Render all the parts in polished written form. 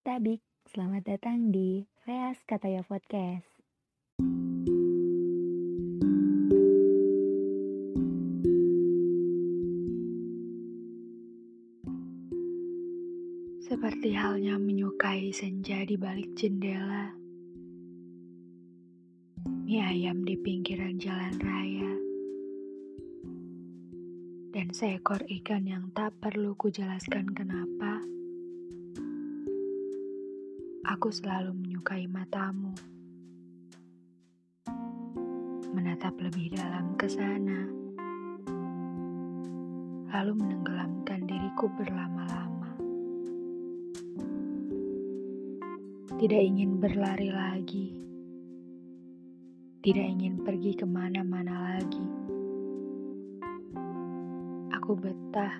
Tabik, selamat datang di Veas Kataya Podcast. Seperti halnya menyukai senja di balik jendela, mie ayam di pinggiran jalan raya, dan seekor ikan yang tak perlu kujelaskan kenapa, aku selalu menyukai matamu. Menatap lebih dalam ke sana, lalu menenggelamkan diriku berlama-lama. Tidak ingin berlari lagi, tidak ingin pergi kemana-mana lagi. Aku betah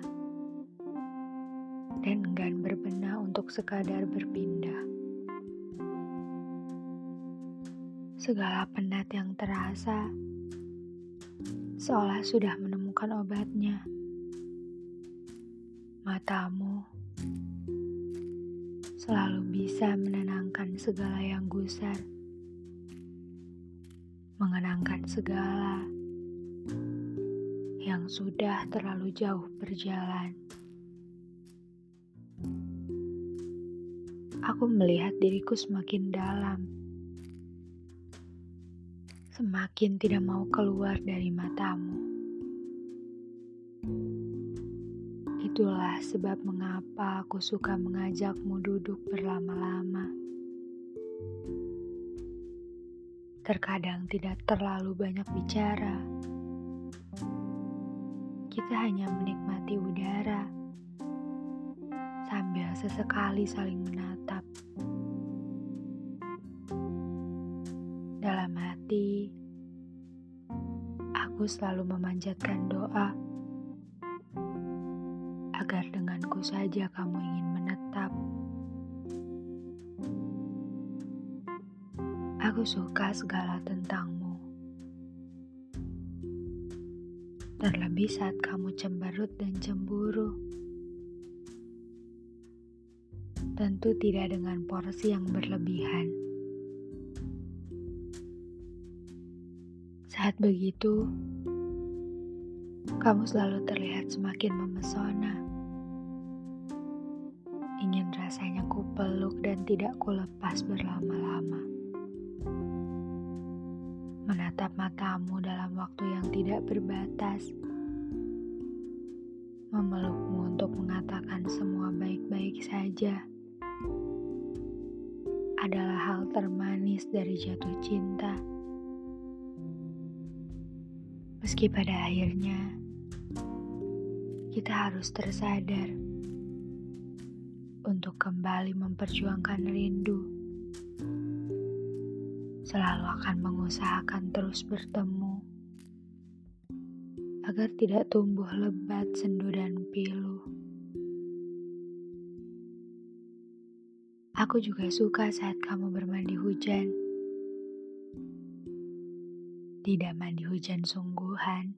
dan enggan berbenah untuk sekadar berpindah. Segala penat yang terasa seolah sudah menemukan obatnya. Matamu selalu bisa menenangkan segala yang gusar, mengenangkan segala yang sudah terlalu jauh berjalan. Aku melihat diriku semakin dalam, semakin tidak mau keluar dari matamu. Itulah sebab mengapa aku suka mengajakmu duduk berlama-lama. Terkadang tidak terlalu banyak bicara. Kita hanya menikmati udara sambil sesekali saling menatap. Dalam hati, aku selalu memanjatkan doa agar denganku saja kamu ingin menetap. Aku suka segala tentangmu. Terlebih saat kamu cemberut dan cemburu. Tentu tidak dengan porsi yang berlebihan. Saat begitu, kamu selalu terlihat semakin memesona. Ingin rasanya ku peluk dan tidak ku lepas berlama-lama. Menatap matamu dalam waktu yang tidak berbatas. Memelukmu untuk mengatakan semua baik-baik saja. Adalah hal termanis dari jatuh cinta. Meski pada akhirnya kita harus tersadar untuk kembali memperjuangkan rindu. Selalu akan mengusahakan terus bertemu agar tidak tumbuh lebat sendu dan pilu. Aku juga suka saat kamu bermandi hujan. Tidak mandi hujan sungguhan.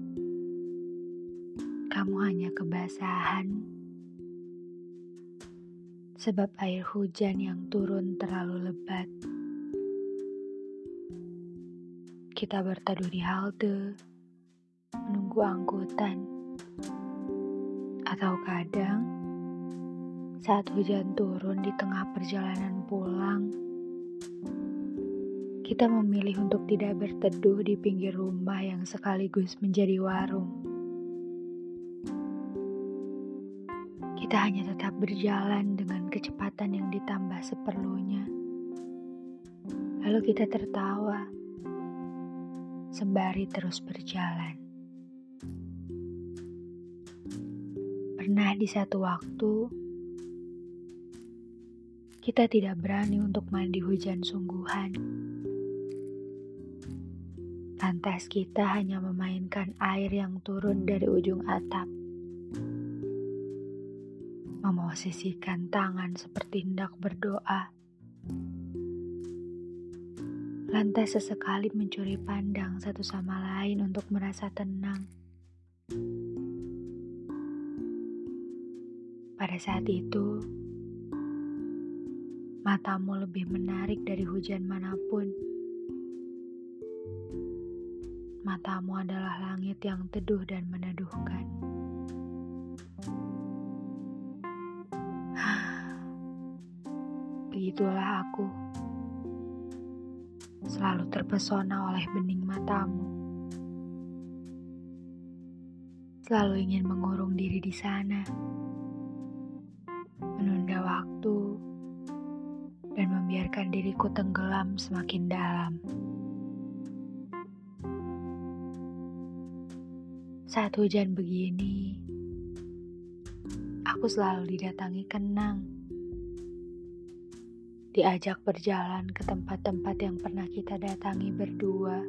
Kamu hanya kebasahan. Sebab air hujan yang turun terlalu lebat. Kita berteduh di halte, menunggu angkutan. Atau kadang, saat hujan turun di tengah perjalanan pulang, kita memilih untuk tidak berteduh di pinggir rumah yang sekaligus menjadi warung. Kita hanya tetap berjalan dengan kecepatan yang ditambah seperlunya. Lalu kita tertawa, sembari terus berjalan. Pernah di satu waktu, kita tidak berani untuk mandi hujan sungguhan. Lantas kita hanya memainkan air yang turun dari ujung atap. Memosisikan tangan seperti hendak berdoa. Lantas sesekali mencuri pandang satu sama lain untuk merasa tenang. Pada saat itu, Matamu lebih menarik dari hujan manapun. Matamu adalah langit yang teduh dan meneduhkan. Begitulah aku, selalu terpesona oleh bening matamu. Selalu ingin mengurung diri di sana, menunda waktu, dan membiarkan diriku tenggelam semakin dalam. Saat hujan begini, aku selalu didatangi kenang. Diajak berjalan ke tempat-tempat yang pernah kita datangi berdua.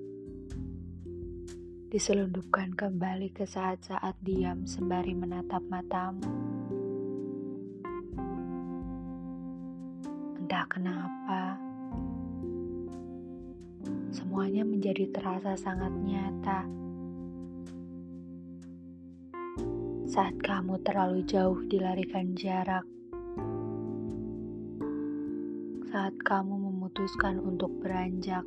Diselundupkan kembali ke saat-saat diam sembari menatap matamu. Entah kenapa, semuanya menjadi terasa sangat nyata. Saat kamu terlalu jauh dilarikan jarak, saat kamu memutuskan untuk beranjak,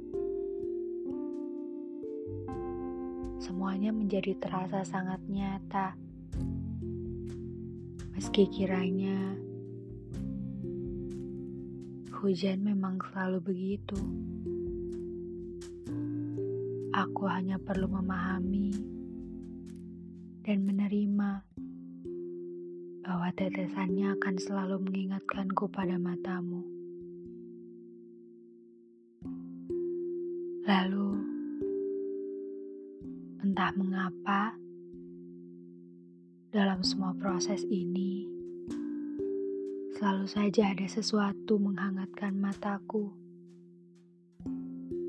semuanya menjadi terasa sangat nyata. Meski kiranya hujan memang selalu begitu. Aku hanya perlu memahami dan menerima bahwa tetesannya akan selalu mengingatkanku pada matamu. Lalu, entah mengapa, dalam semua proses ini, selalu saja ada sesuatu menghangatkan mataku.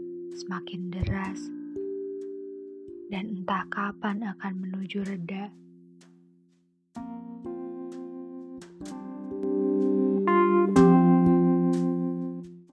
Semakin deras, dan entah kapan akan menuju reda.